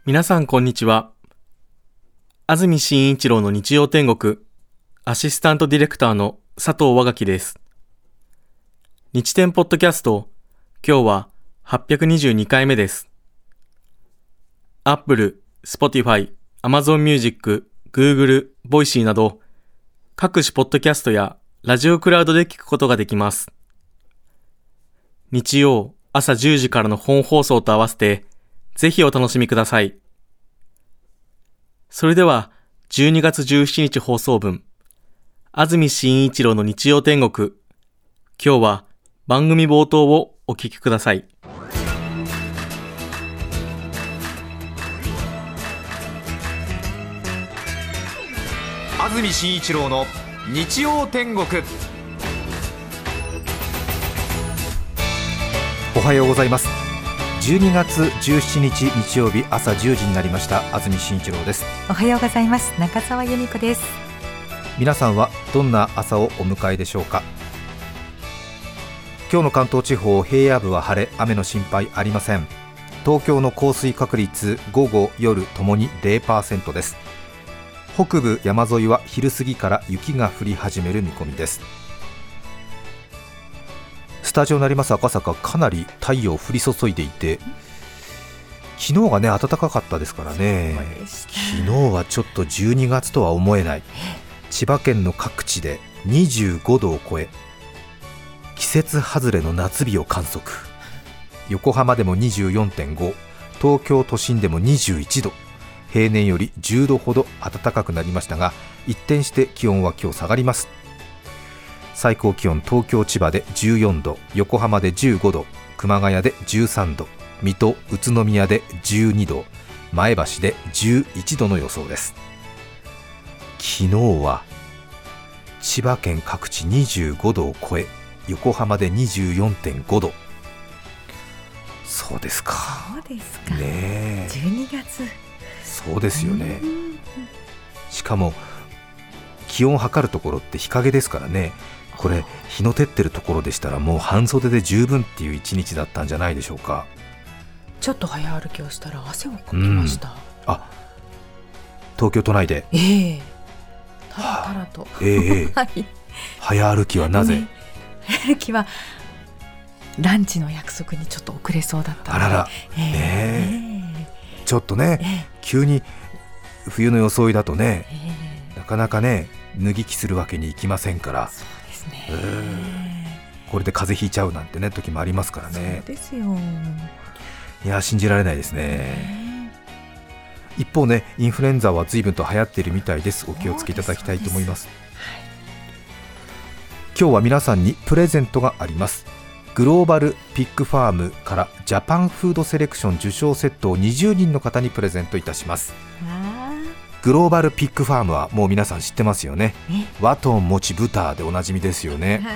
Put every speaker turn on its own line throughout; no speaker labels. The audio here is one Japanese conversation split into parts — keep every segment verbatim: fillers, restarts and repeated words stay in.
皆さんこんにちは。安住紳一郎の日曜天国、アシスタントディレクターの佐藤和垣です。日天ポッドキャスト、今日ははっぴゃくにじゅうにかいめです。Apple、Spotify、Amazon Music、Google、Voicy など各種ポッドキャストやラジオクラウドで聞くことができます。日曜朝じゅうじからの本放送と合わせてぜひお楽しみください。それではじゅうにがつじゅうしちにち放送分、安住紳一郎の日曜天国、今日は番組冒頭をお聞きください。
安住紳一郎の日曜天国。
おはようございます。じゅうにがつじゅうしちにち日曜日朝じゅうじになりました。安住紳一郎です。
おはようございます。中澤由美子です。
皆さんはどんな朝をお迎えでしょうか。今日の関東地方、平野部は晴れ、雨の心配ありません。東京の降水確率午後夜ともに ゼロパーセント です。北部山沿いは昼過ぎから雪が降り始める見込みです。スタジオになります赤坂、かなり太陽降り注いでいて、昨日がね暖かかったですからね。昨日はちょっとじゅうにがつとは思えない、千葉県の各地でにじゅうごどを超え、季節外れの夏日を観測。横浜でも にじゅうよんてんご、東京都心でもにじゅういちど、平年よりじゅうどほど暖かくなりましたが、一転して気温は今日下がります。最高気温、東京千葉でじゅうよんど、横浜でじゅうごど、熊谷でじゅうさんど、水戸宇都宮でじゅうにど、前橋でじゅういちどの予想です。昨日は千葉県各地にじゅうごどを超え、横浜で にじゅうよんてんごど。そうですか。
そうですか、
ね、
じゅうにがつ。
そうですよね。しかも気温を測るところって日陰ですからね。これ日の照ってるところでしたらもう半袖で十分っていう一日だったんじゃないでしょうか。
ちょっと早歩きをしたら汗をかきました、うん、
あ、東京都内で
ええたらたらと、はあ、ええはい、
早歩きはなぜ、ね、
早歩きはランチの約束にちょっと遅れそうだったので。
あらら、えーねえー、ちょっとね、えー、急に冬の装いだとね、えー、なかなかね脱ぎ着するわけにいきませんから。
そうですね、
えー、これで風邪ひいちゃうなんてね時もありますからね。
そうですよ。
いや信じられないですね、えー、一方ねインフルエンザは随分と流行っているみたいです。お気をつけいただきたいと思います。はい、今日は皆さんにプレゼントがあります。グローバルピックファームからジャパンフードセレクション受賞セットをにじゅうにんの方にプレゼントいたします。グローバルピックファームはもう皆さん知ってますよね。和ともち豚でおなじみですよね。はい、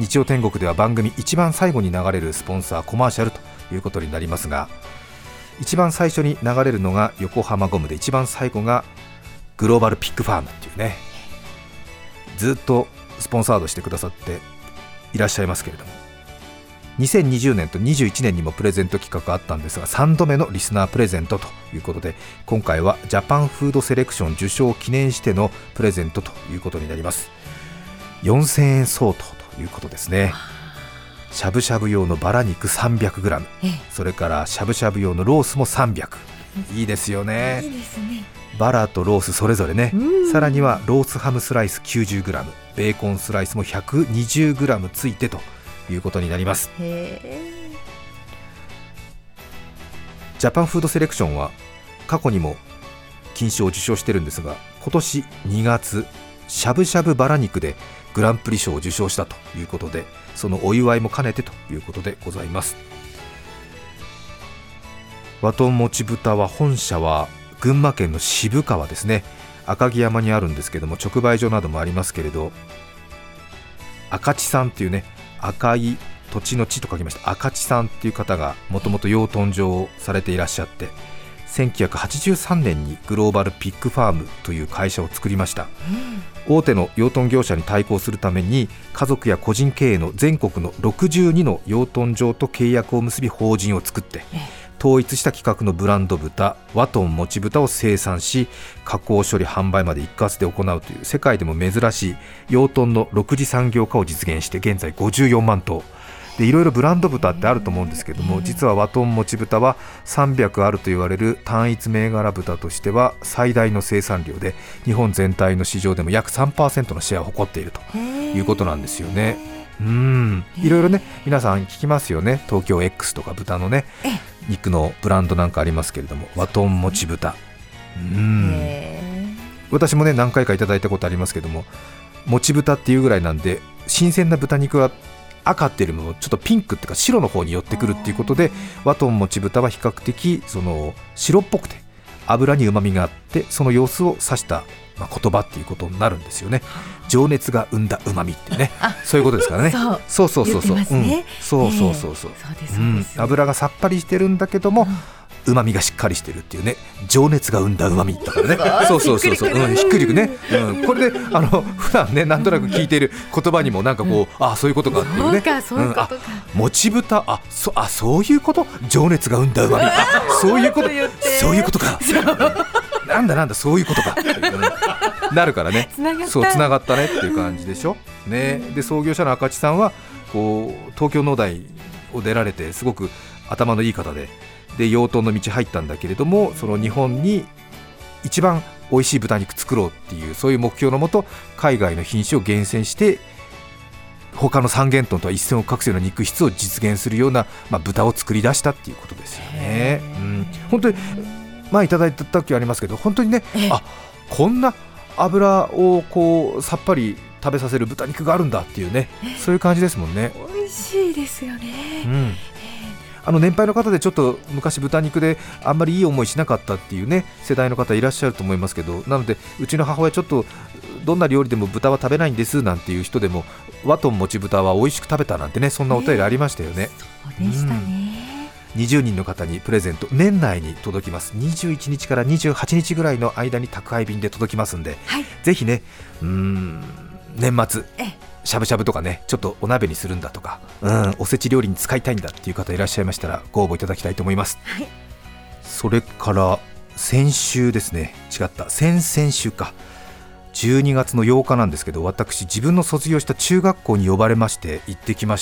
日曜天国では番組一番最後に流れるスポンサーコマーシャルということになりますが、一番最初に流れるのが横浜ゴムで、一番最後がグローバルピックファームっていうね、ずっとスポンサードしてくださっていらっしゃいますけれども、にせんにじゅうねんとにじゅういちねんにもプレゼント企画あったんですが、さんどめのリスナープレゼントということで、今回はジャパンフードセレクション受賞を記念してのプレゼントということになります。よんせんえん相当ということですね。しゃぶしゃぶ用のバラ肉 さんびゃくグラム、 それからしゃぶしゃぶ用のロースもさんびゃく。いいですよね。いいですね。バラとロースそれぞれね。さらにはロースハムスライス きゅうじゅうグラム、 ベーコンスライスも ひゃくにじゅうグラム ついてということになります。へジャパンフードセレクションは過去にも金賞を受賞してるんですが、今年にがつしゃぶしゃぶバラ肉でグランプリ賞を受賞したということで、そのお祝いも兼ねてということでございます。和ともち豚は本社は群馬県の渋川ですね。赤城山にあるんですけども、直売所などもありますけれど、赤地さんっていうね、赤い土地の地と書きました赤地さんっていう方がもともと養豚場をされていらっしゃって、せんきゅうひゃくはちじゅうさんねんにグローバルピッグファームという会社を作りました、うん、大手の養豚業者に対抗するために家族や個人経営の全国のろくじゅうにの養豚場と契約を結び法人を作って、 統一した規格のブランド豚ワトンもち豚を生産し、加工処理販売まで一括で行うという世界でも珍しい養豚のろく次産業化を実現して、現在ごじゅうよんまん頭で、いろいろブランド豚ってあると思うんですけども、実はワトンもち豚はさんびゃくあると言われる単一銘柄豚としては最大の生産量で、日本全体の市場でも約 さんパーセント のシェアを誇っているということなんですよね。うん、いろいろね皆さん聞きますよね。東京 X とか豚のね肉のブランドなんかありますけれども、ワトンもち豚、うん、私もね何回かいただいたことありますけども、もち豚っていうぐらいなんで、新鮮な豚肉は赤っていうよりもちょっとピンクっていうか白の方に寄ってくるっていうことで、ワトンもち豚は比較的その白っぽくて油にうまみがあって、その様子を指した、まあ、言葉っていうことになるんですよね。情熱が生んだうまみってね、そういうことですからね。そうそうそうそう、うん、そうそうそうそう、油がさっぱりしてるんだけども、うまみがしっかりしてるっていうね、情熱が生んだうまみだからね。そうそうそうそう、うん、ひっくりくね、うん、これであの普段ねなんとなく聞いている言葉にもなんかこう、うん、あそういうことかっていうね、
そういうことか、
うん、もち豚、あ そ, あそういうこと、情熱が生んだうまみ、あそういうことそういうことかなんだなんだそういうことかっていう、ね、なるからね、つながった、そうつながったねっていう感じでしょ、ね、で創業者の赤地さんはこう東京農大を出られて、すごく頭のいい方で、で養豚の道入ったんだけれども、その日本に一番美味しい豚肉作ろうっていう、そういう目標のもと海外の品種を厳選して、他の三元豚とは一線を画すような肉質を実現するような、まあ、豚を作り出したっていうことですよね。うん、本当に前いただいた時ありますけど、本当にね、あこんな油をこうさっぱり食べさせる豚肉があるんだっていうね、そういう感じですもんね。
美味しいですよね。
うん、あの年配の方でちょっと昔豚肉であんまりいい思いしなかったっていうね世代の方いらっしゃると思いますけど、なのでうちの母親ちょっとどんな料理でも豚は食べないんですなんていう人でも、ワトンもち豚は美味しく食べたなんてね、そんなお便りありましたよね。
そうでしたね、
うん、にじゅうにんの方にプレゼント、年内に届きます。にじゅういちにちからにじゅうはちにちぐらいの間に宅配便で届きますんで、はい、ぜひね、うーん年末しゃぶしゃぶとかね、ちょっとお鍋にするんだとか、うん、おせち料理に使いたいんだっていう方いらっしゃいましたらご応募いただきたいと思います、はい、それから先週ですね、違った先々週か、じゅうにがつのようかなんですけど、私自分の卒業した中学校に呼ばれまして行ってきました。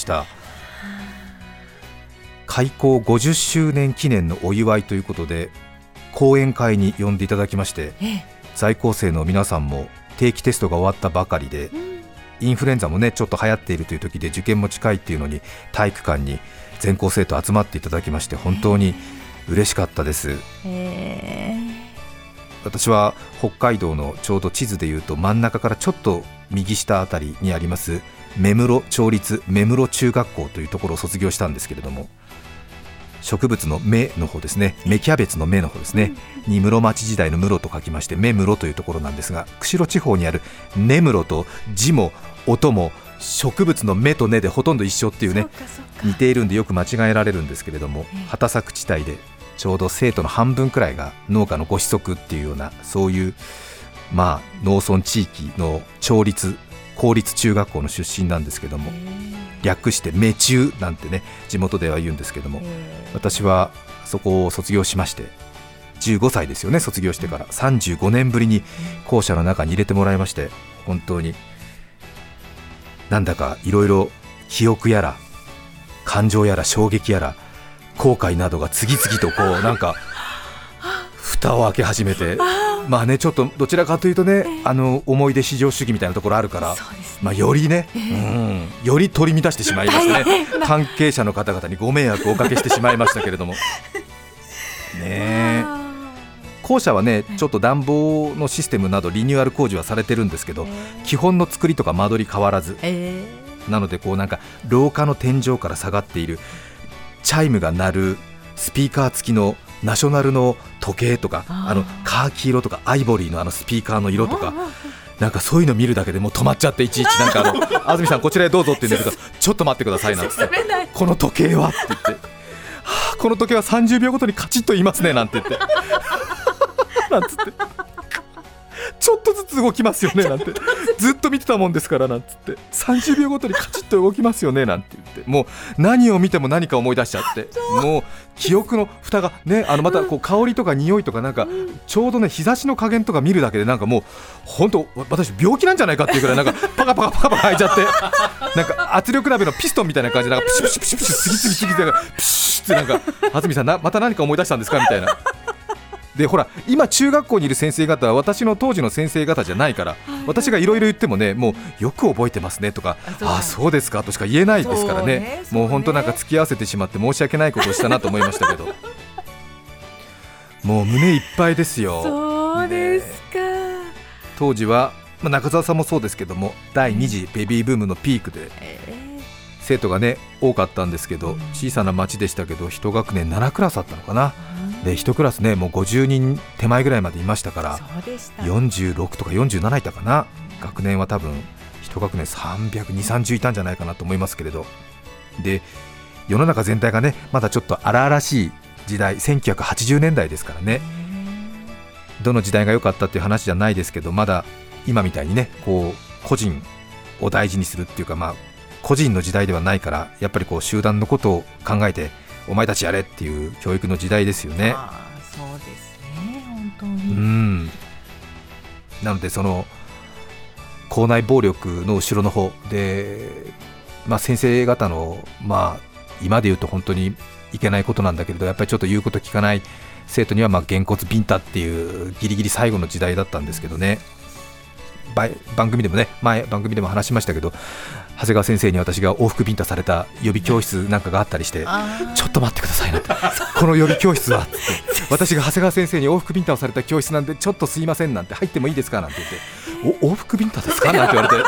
開校ごじゅっしゅうねん記念のお祝いということで講演会に呼んでいただきまして、ええ、在校生の皆さんも定期テストが終わったばかりで、うん、インフルエンザもねちょっと流行っているという時で受験も近いっていうのに体育館に全校生徒集まっていただきまして、本当に嬉しかったです、えー、私は北海道のちょうど地図でいうと真ん中からちょっと右下あたりにあります目室町立目室中学校というところを卒業したんですけれども、植物の芽の方ですね、芽キャベツの芽の方ですね、に室町時代の室と書きまして芽室というところなんですが、釧路地方にある根室と字も音も植物の芽と根でほとんど一緒っていうね、似ているんでよく間違えられるんですけれども、畑作地帯でちょうど生徒の半分くらいが農家のご子息っていうような、そういうまあ農村地域の町立公立中学校の出身なんですけども、略して芽中なんてね地元では言うんですけども、私はそこを卒業しましてじゅうごさいですよね、卒業してからさんじゅうごねんぶりに校舎の中に入れてもらいまして、本当になんだかいろいろ記憶やら感情やら衝撃やら後悔などが次々とこうなんか蓋を開け始めて、まあねちょっとどちらかというとね、あの思い出至上主義みたいなところあるから、まあよりね、うん、より取り乱してしまいましたね。関係者の方々にご迷惑をおかけしてしまいましたけれどもね、校舎はねちょっと暖房のシステムなどリニューアル工事はされてるんですけど、基本の作りとか間取り変わらず、なのでこうなんか廊下の天井から下がっているチャイムが鳴るスピーカー付きのナショナルの時計とか、あのカーキ色とかアイボリーのあのスピーカーの色とか、なんかそういうの見るだけでもう止まっちゃって、いちいちなんかあの安住さんこちらへどうぞって言うんだけどちょっと待ってくださいなんてこの時計はって言って、はあ、この時計はさんじゅうびょうごとにカチッと言いますねなんて言ってなんつってちょっとずつ動きますよねなんてずっと見てたもんですからなんつってさんじゅうびょうごとにカチッと動きますよねなんて言って、もう何を見ても何か思い出しちゃって、もう記憶の蓋がね、あのまたこう香りとか匂いとかなんかちょうどね日差しの加減とか見るだけでなんかもう本当私病気なんじゃないかっていうくらいなんかパカパカパカパカ開いちゃってなんか圧力鍋のピストンみたいな感じでなんかプシュプシュプシュプシュ次々次々プシュってなんか安住さんなまた何か思い出したんですかみたいな。でほら今中学校にいる先生方は私の当時の先生方じゃないから、私がいろいろ言ってもね、もうよく覚えてますねとか、ああそうですかとしか言えないですからね。もう本当なんか付き合わせてしまって申し訳ないことをしたなと思いましたけどもう胸いっぱいですよ。
そうですか、ね、
当時は、まあ、中澤さんもそうですけどもだいに次ベビーブームのピークで、えー、生徒がね多かったんですけど、小さな町でしたけど一学年ななクラスあったのかな。でいちクラスねもうごじゅうにん手前ぐらいまでいましたから、
そうでした、
よんじゅうろくとかよんじゅうなないたかな。学年は多分いち学年さんびゃくにじゅう、さんじゅういたんじゃないかなと思いますけれど、で世の中全体がねまだちょっと荒々しい時代、せんきゅうひゃくはちじゅうねんだいですからね。どの時代が良かったっていう話じゃないですけど、まだ今みたいにねこう個人を大事にするっていうか、まあ個人の時代ではないから、やっぱりこう集団のことを考えてお前たちやれっていう教育の時代ですよね。
あそうですね本当に。
うんなのでその校内暴力の後ろの方で、まあ、先生方の、まあ、今で言うと本当にいけないことなんだけれど、やっぱりちょっと言うこと聞かない生徒にはまあげんこつビンタっていうギリギリ最後の時代だったんですけどね。番組でもね前番組でも話しましたけど、長谷川先生に私が往復ビンタされた予備教室なんかがあったりして、ちょっと待ってくださいなってこの予備教室はって私が長谷川先生に往復ビンタをされた教室なんでちょっとすいませんなんて入ってもいいですかなんて言って、お往復ビンタですかなんて言われて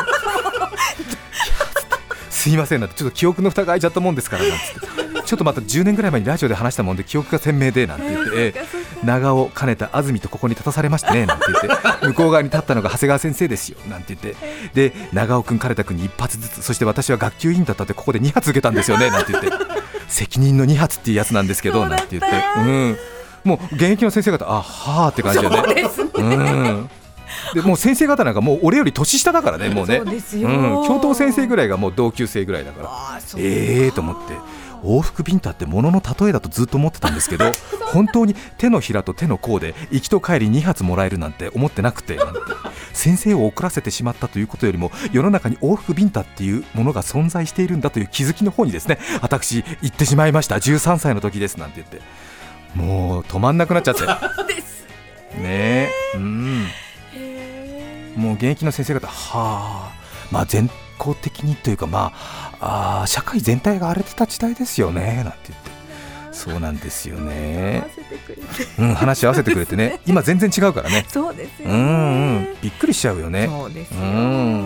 すいませんなんてちょっと記憶の蓋が開いちゃったもんですからなんてちょっとまたじゅうねんぐらい前にラジオで話したもんで記憶が鮮明でなんて言って、えー、長尾兼ねた安住とここに立たされましてねなんて言って向こう側に立ったのが長谷川先生ですよなんて言って、で長尾君兼田君にいっ発ずつ、そして私は学級委員だったってここでに発受けたんですよねなんて言って責任のに発っていうやつなんですけどなんて言って、うん、もう現役の先生方あはーって感じだね。
そうですね、
うんでもう先生方なんかもう俺より年下だからね、もうね、
そうですよ、
うん、教頭先生ぐらいがもう同級生ぐらいだから、ええーと思って往復ビンタってものの例えだとずっと思ってたんですけど本当に手のひらと手の甲で行きと帰りに発もらえるなんて思ってなくて、なんて先生を遅らせてしまったということよりも世の中に往復ビンタっていうものが存在しているんだという気づきの方にですね、私行ってしまいました。じゅうさんさいの時ですなんて言って、もう止まんなくなっちゃって
そうです
ねえ、うんもう現役の先生方はあ、まあ、全校的にというか、まあ、あ社会全体が荒れてた時代ですよねなんて言って、そうなんですよね、うん、話合わせてくれてね今全然違うからね。
そうですよね、
うん、うん、びっくりしちゃうよね。
そうですよ、
うん、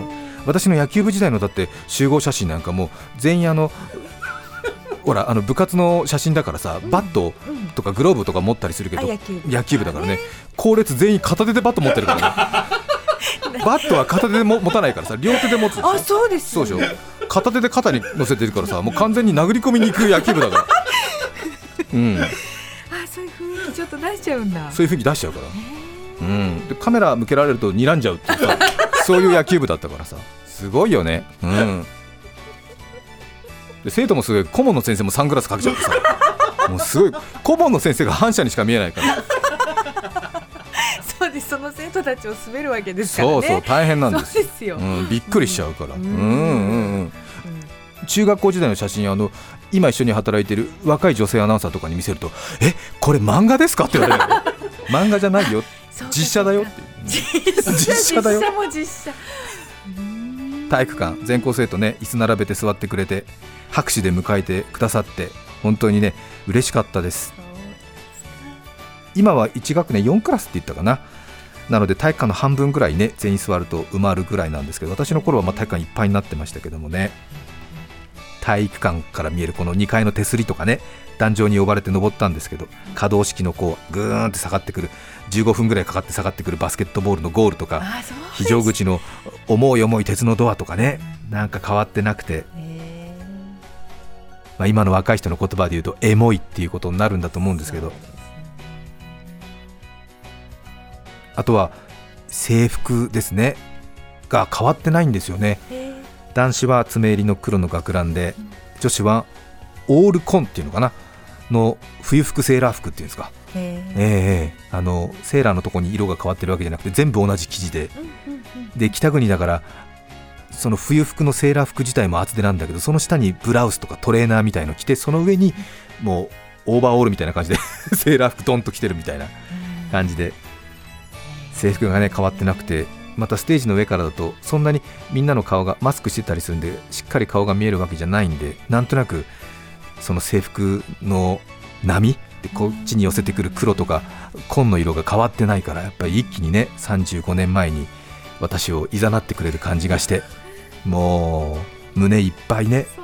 私の野球部時代のだって集合写真なんかも全員あのほらあの部活の写真だからさ、バットとかグローブとか持ったりするけど、
野球部
野球部だからね、後列全員片手でバット持ってるからねバットは片手でも持たないからさ、両手で持つでしょ。
あ、そうです
そうでしょ。片手で肩に乗せてるからさ、もう完全に殴り込みに行く野球部だからうん、
あ、そういう雰囲気ちょっと出しちゃうんだ。
そういう雰囲気出しちゃうから、うん、でカメラ向けられると睨んじゃうっていうさそういう野球部だったからさ、すごいよね、うん、で生徒もすごい、顧問の先生もサングラスかけちゃってさもうすごい、顧問の先生が反射にしか見えないから
そうです、その生徒たちを滑るわけですからね。
そうそう、大変なんです。
そうですよ、
うん、びっくりしちゃうから、うんうんうん
うん、
中学校時代の写真、あの今一緒に働いてる若い女性アナウンサーとかに見せると、えこれ漫画ですかって言われる漫画じゃないよ、実写だよって
実写だよ、実写も実写。
体育館全校生徒ね、椅子並べて座ってくれて拍手で迎えてくださって、本当にね嬉しかったです。今はいち学年よんクラスって言ったかな。なので体育館の半分ぐらいね全員座ると埋まるぐらいなんですけど、私の頃はまあ体育館いっぱいになってましたけどもね、体育館から見えるこのにかいの手すりとかね、壇上に呼ばれて登ったんですけど、可動式のこうグーンって下がってくる、じゅうごふんぐらいかかって下がってくるバスケットボールのゴールとか、非常口の重い重い鉄のドアとかね、なんか変わってなくて、まあ、今の若い人の言葉で言うとエモいっていうことになるんだと思うんですけど、あとは制服ですねが変わってないんですよね。男子は爪襟の黒の学ランで、女子はオール紺っていうのかなの冬服セーラー服っていうんですか、えー、あのセーラーのとこに色が変わってるわけじゃなくて全部同じ生地で、で北国だからその冬服のセーラー服自体も厚手なんだけど、その下にブラウスとかトレーナーみたいの着て、その上にもうオーバーオールみたいな感じでセーラー服ドンと着てるみたいな感じで、制服がね変わってなくて、またステージの上からだとそんなにみんなの顔がマスクしてたりするんで、しっかり顔が見えるわけじゃないんで、なんとなくその制服の波でこっちに寄せてくる黒とか紺の色が変わってないから、やっぱり一気にねさんじゅうごねんまえに私をいざなってくれる感じがして、もう胸いっぱいね。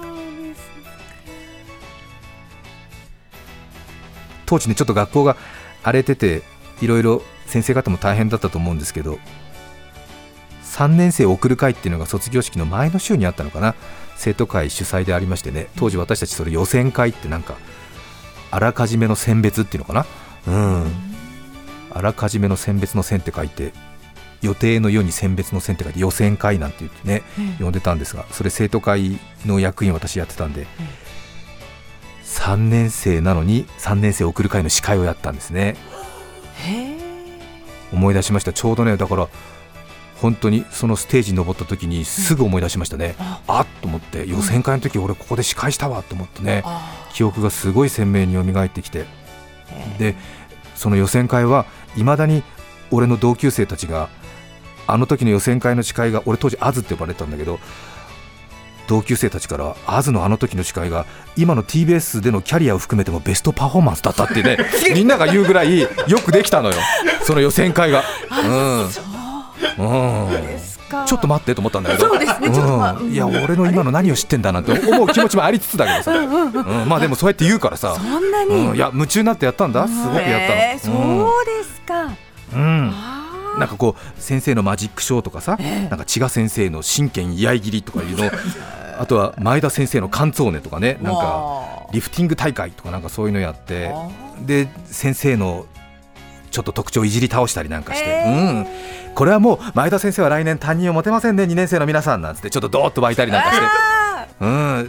当時ねちょっと学校が荒れてて、いろいろ先生方も大変だったと思うんですけど、さんねん生を送る会っていうのが卒業式の前の週にあったのかな、生徒会主催でありましてね、当時私たちそれ予選会ってなんかあらかじめの選別っていうのかな、うん、あらかじめの選別の選って書いて、予定の世に選別の選って書いて予選会なんて言ってね、うん、呼んでたんですが、それ生徒会の役員私やってたんで、うん、さんねん生なのにさんねん生を送る会の司会をやったんですね。へー、思い出しました。ちょうどねだから本当にそのステージに登った時にすぐ思い出しましたね、うん、あっと思って、予選会の時俺ここで司会したわと思ってね、うん、記憶がすごい鮮明に蘇ってきて、でその予選会はいまだに俺の同級生たちが、あの時の予選会の司会が、俺当時アズって呼ばれてたんだけど、同級生たちからアズのあの時の司会が今の ティービーエス でのキャリアを含めてもベストパフォーマンスだったってねみんなが言うぐらいよくできたのよその予選会が、うんうん、ちょっと待ってと思ったんだけど、そうですね、ちょっとま、うん、いや俺の今の何を知ってんだなんて思う気持ちもありつつだけどさ、うんうんうん、まあでもそうやって言うからさ、そんなに、うん、いや夢中になってやったんだ、すごくやったの、えー、
そうですか、
うん、なんかこう先生のマジックショーとかさ、えー、なんか千賀先生の真剣居合切りとかいうのあとは前田先生のカンツォーネとかね、なんかリフティング大会とかなんかそういうのやって、で先生のちょっと特徴をいじり倒したりなんかして、えーうん、これはもう前田先生は来年担任を持てませんねにねん生の皆さんなんつってちょっとドーッと湧いたりなんかして、うん、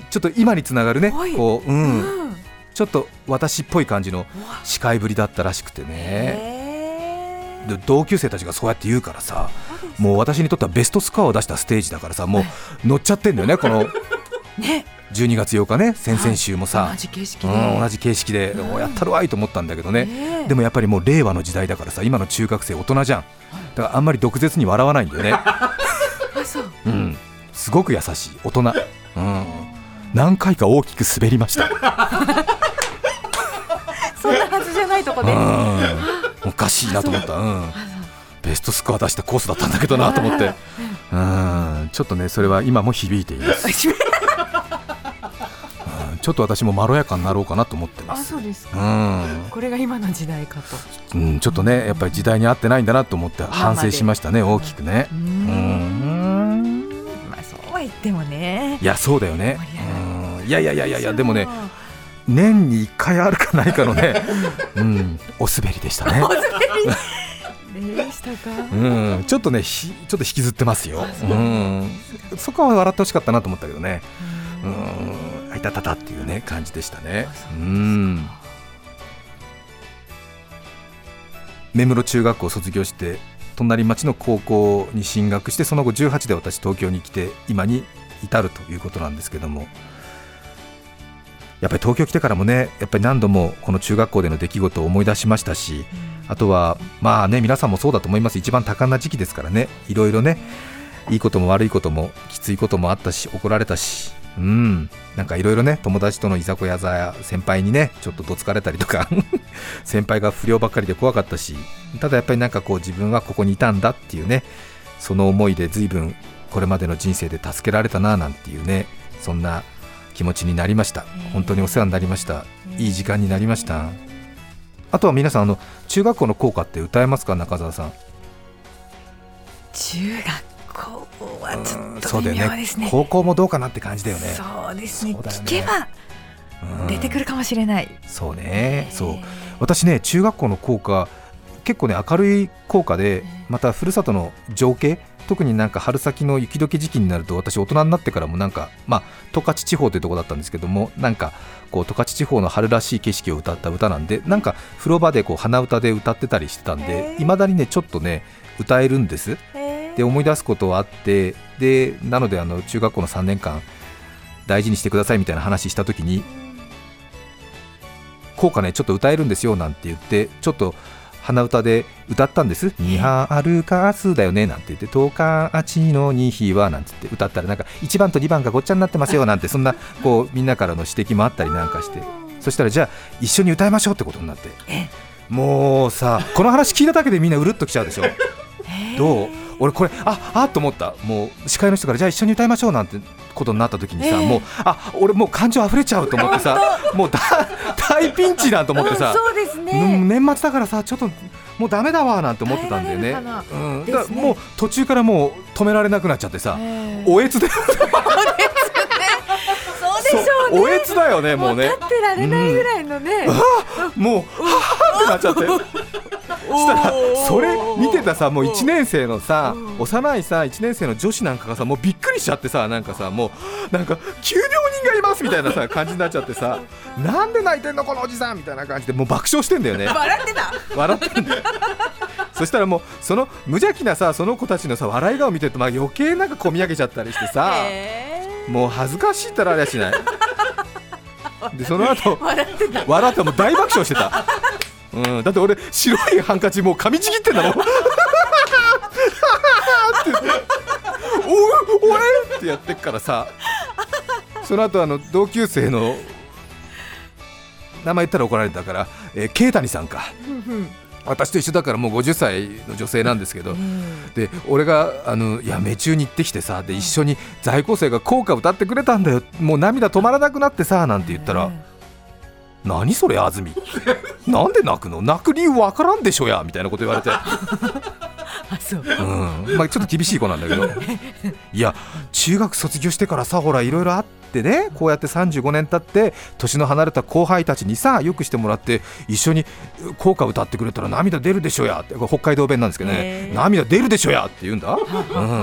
ちょっと今につながるねこう、うんうん、ちょっと私っぽい感じの司会ぶりだったらしくてね、えー、で同級生たちがそうやって言うからさ、もう私にとってはベストスコアを出したステージだからさ、もう乗っちゃってんだよねこのねじゅうにがつようかね、先々週もさ、はい、同じ形式で、うん、同じ形式で、うん、やったるわいと思ったんだけどね、えー、でもやっぱりもう令和の時代だからさ、今の中学生大人じゃん、だからあんまり毒舌に笑わないんだよねあ、そう、うん、すごく優しい大人、うん、何回か大きく滑りました
そんなはずじゃないとこで、うん、
おかしいなと思った、うん、ベストスコア出したコースだったんだけどなと思って、うん、ちょっとねそれは今も響いていますちょっと私もまろやかになろうかなと思ってます。
あ、そうですか、うん、これが今の時代かと、
うん、ちょっとねやっぱり時代に合ってないんだなと思って反省しましたね、大きくね。うーん、
まあそうは言ってもね、
いやそうだよね、うん、いやいやいやいやいやでもね年にいっかいあるかないかのね、うん、お滑りでしたね。お滑りでしたか、うん、ちょっとねひちょっと引きずってますよ。うん、そこは笑ってほしかったなと思ったけどね、うん、あいたたたっていうね感じでしたね。うん、目室中学校を卒業して隣町の高校に進学して、その後じゅうはちで私東京に来て今に至るということなんですけども、やっぱり東京来てからもねやっぱり何度もこの中学校での出来事を思い出しましたし、あとはまあね皆さんもそうだと思います、一番多感な時期ですからね、いろいろねいいことも悪いこともきついこともあったし怒られたし、うん、なんかいろいろね友達とのいざこやざや先輩にねちょっとどつかれたりとか先輩が不良ばっかりで怖かったし、ただやっぱりなんかこう自分はここにいたんだっていうね、その思いで随分これまでの人生で助けられたななんていうね、そんな気持ちになりました。本当にお世話になりました。いい時間になりました。あとは皆さんあの中学校の校歌って歌えますか、中澤さん。
中学校はちょっと微妙ですね。
高校もどうかなって感じだよね。
そうですね、聞けば出てくるかもしれない、
うん、そうね、そう私ね中学校の校歌結構ね明るい校歌で、またふるさとの情景、特になんか春先の雪解け時期になると、私大人になってからもなんか、まあ十勝地方というところだったんですけども、なんかこう十勝地方の春らしい景色を歌った歌なんで、なんか風呂場でこう鼻歌で歌ってたりしてたんで、いまだにねちょっとね歌えるんです。で思い出すことはあって、でなのであの中学校のさんねんかん大事にしてくださいみたいな話した時に、校歌ねちょっと歌えるんですよなんて言って、ちょっと鼻歌で歌ったんです。にはるかすだよねなんて言って、とかちのにひはなんて言って歌ったら、なんかいちばんとにばんがごっちゃになってますよなんて、そんなこうみんなからの指摘もあったりなんかして、そしたらじゃあ一緒に歌いましょうってことになって、もうさこの話聞いただけでみんなうるっときちゃうでしょ。どう？俺これああと思った。もう司会の人からじゃあ一緒に歌いましょうなんてことになった時にさ、もうあ俺もう感情溢れちゃうと思ってさ、もうだ大ピンチだと思ってさ、
そうですね、
年末だからさちょっともうダメだわなんて思ってたんだよね。うん、だからもう途中からもう止められなくなっちゃってさ、おえつで
そうでしょうね、
おえつだよね、もうね、
もう立ってられないぐらいのね、
うん、もうはぁってなっちゃってしたらそれ見てたさ、もういちねん生のさ幼いさいちねん生の女子なんかがさ、もうびっくりしちゃってさ、なんかさもうなんか急病人がいますみたいなさ感じになっちゃってさ、なんで泣いてんのこのおじさんみたいな感じでもう爆笑してんだよね。
笑ってた
笑ってんだよそしたらもうその無邪気なさその子たちのさ笑い顔見てると、まあ余計なんかこみ上げちゃったりしてさ、もう恥ずかしいったらありゃしないでその後
笑ってた
笑ってもう大爆笑してたうん、だって俺白いハンカチもう噛みちぎってんだもんって言っておいおいってやってっからさ、その後あの同級生の名前言ったら怒られたから、えー、ケイタニさんか私と一緒だからもうごじゅっさいの女性なんですけど、で俺があのいや夢中に行ってきてさ、で一緒に在校生が校歌歌ってくれたんだよ、もう涙止まらなくなってさなんて言ったら、何それ安住なんで泣くの、泣く理由わからんでしょやみたいなこと言われて
あそう、
うんまあ、ちょっと厳しい子なんだけどいや中学卒業してからさほらいろいろあってね、こうやってさんじゅうごねん経って年の離れた後輩たちにさよくしてもらって一緒に校歌歌ってくれたら涙出るでしょやって、北海道弁なんですけどね、涙出るでしょやって言うんだ、うん、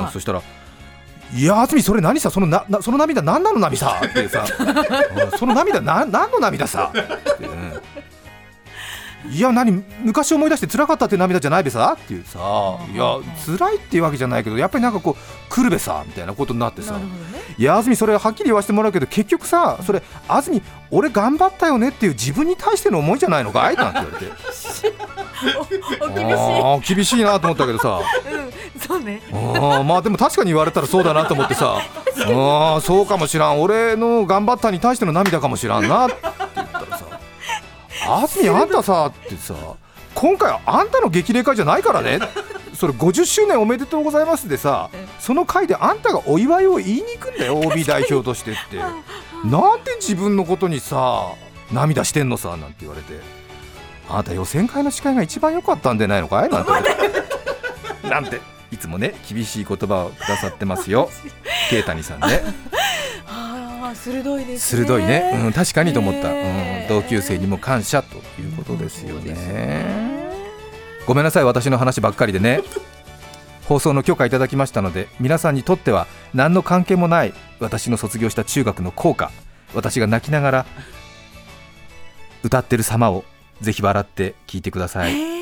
そしたらいや安住それ何さ、そのななその涙何なの涙さってさその涙な何の涙さって、ね、いや何昔思い出して辛かったって涙じゃないべさっていうさ、いや辛いっていうわけじゃないけどやっぱりなんかこう来るべさみたいなことになってさ、ね、いや安住それはっきり言わせてもらうけど結局さそれ安住俺頑張ったよねっていう自分に対しての思いじゃないのかいなんて言われて
おお厳しい
あ厳しいなと思ったけどさ、
うんそうね、
あまあでも確かに言われたらそうだなと思ってさあそうかもしらん、俺の頑張ったに対しての涙かもしらんなって言ったらさ安住あんたさってさ今回はあんたの激励会じゃないからねそれごじゅっしゅうねんおめでとうございますでさその会であんたがお祝いを言いに行くんだよ オービー 代表としてってなんで自分のことにさ涙してんのさなんて言われて、あなた予選会の司会が一番良かったんじゃないのかいなんてなんていつもね厳しい言葉をくださってますよケイタニさんね
あ鋭いですね、
鋭いね、うん、確かにと思った、うん、同級生にも感謝ということですよね、ねごめんなさい私の話ばっかりでね放送の許可いただきましたので皆さんにとっては何の関係もない私の卒業した中学の校歌、私が泣きながら歌ってる様をぜひ笑って聞いてください。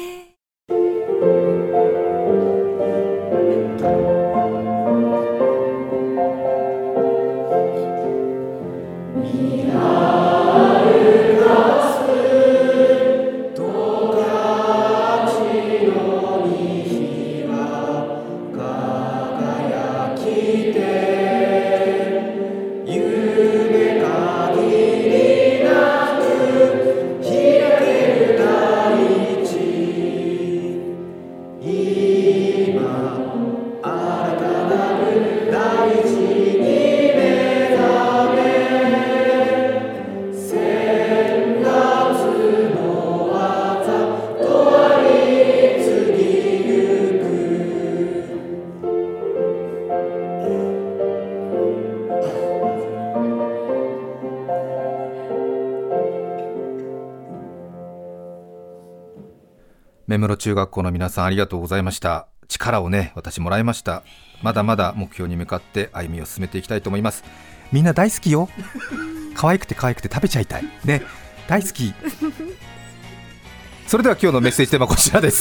目室中学校の皆さんありがとうございました。力をね私もらいました。まだまだ目標に向かって歩みを進めていきたいと思います。みんな大好きよ。可愛くて可愛くて食べちゃいたいね、大好き。それでは今日のメッセージテーマはこちらです。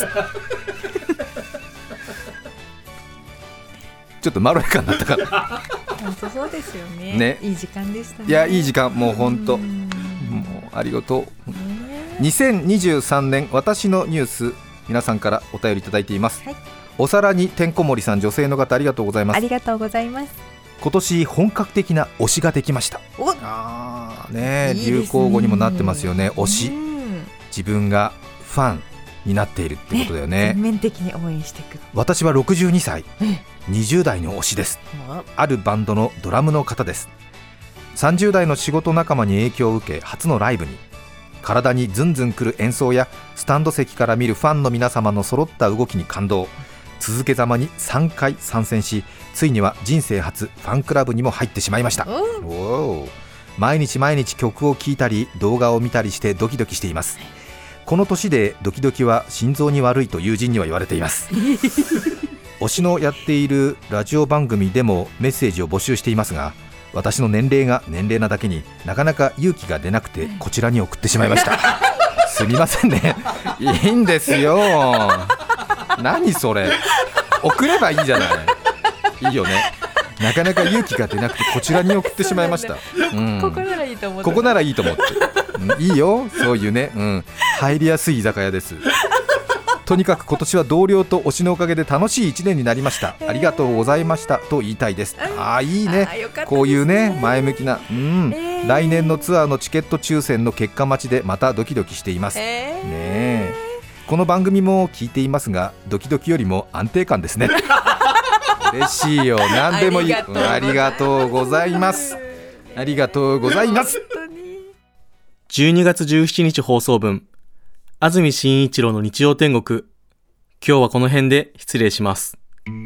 ちょっとまろやかになったかな。
本当そうですよ ね,
ね
いい時間でしたね。
いやいい時間、もう本当もうありがとう。にせんにじゅうさんねん私のニュース、皆さんからお便りいただいています、はい、お皿にてんこ盛りさん、女性の方ありがとうございます。
ありがとうございます。
今年本格的な推しができました。
お
あ、ね、
いいですね、
流行語にもなってますよね、推し。自分がファンになっているってことだよね。
全面的に応援していく。
私はろくじゅうにさい、にじゅう代の推しです。あるバンドのドラムの方です。さんじゅう代の仕事仲間に影響を受け初のライブに、体にズンズンくる演奏やスタンド席から見るファンの皆様の揃った動きに感動。続けざまにさんかい参戦し、ついには人生初ファンクラブにも入ってしまいました。おー、毎日毎日曲を聴いたり動画を見たりしてドキドキしています。この年でドキドキは心臓に悪いと友人には言われています。推しのやっているラジオ番組でもメッセージを募集していますが、私の年齢が年齢なだけになかなか勇気が出なくてこちらに送ってしまいました。すみませんね。いいんですよ。何それ、送ればいいじゃない。いいよね。なかなか勇気が出なくてこちらに送ってしまいました、うん、
ここならいいと思って
ここならいいと思って、うん、いいよ、そういうね、うん、入りやすい居酒屋です。とにかく今年は同僚と推しのおかげで楽しいいちねんになりました。ありがとうございましたと言いたいです。ああ、いいね、こういうね前向きな、うん、えー、来年のツアーのチケット抽選の結果待ちでまたドキドキしています、えー、ねえ、この番組も聞いていますがドキドキよりも安定感ですね。嬉しいよ、何でもいい。ありがとうございます。ありがとうございます。
じゅうにがつじゅうしちにち放送分、安住紳一郎の日曜天国。今日はこの辺で失礼します。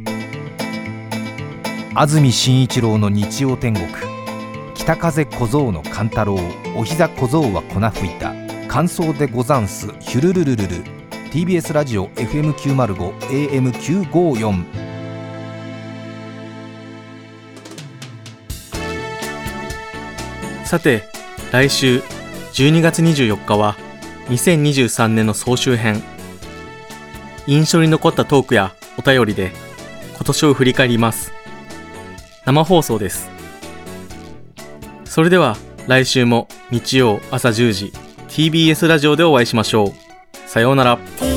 安住紳一郎の日曜天国。北風小僧の勘太郎、お膝小僧は粉吹いた、感想でござんす、ヒュルルルルル。 ティービーエス ラジオ エフエムきゅうまるご エーエムきゅうごよん。
さて、来週じゅうにがつにじゅうよっかはにせんにじゅうさんねんの総集編。印象に残ったトークやお便りで今年を振り返ります。生放送です。それでは来週も日曜朝じゅうじ ティービーエス ラジオでお会いしましょう。さようなら。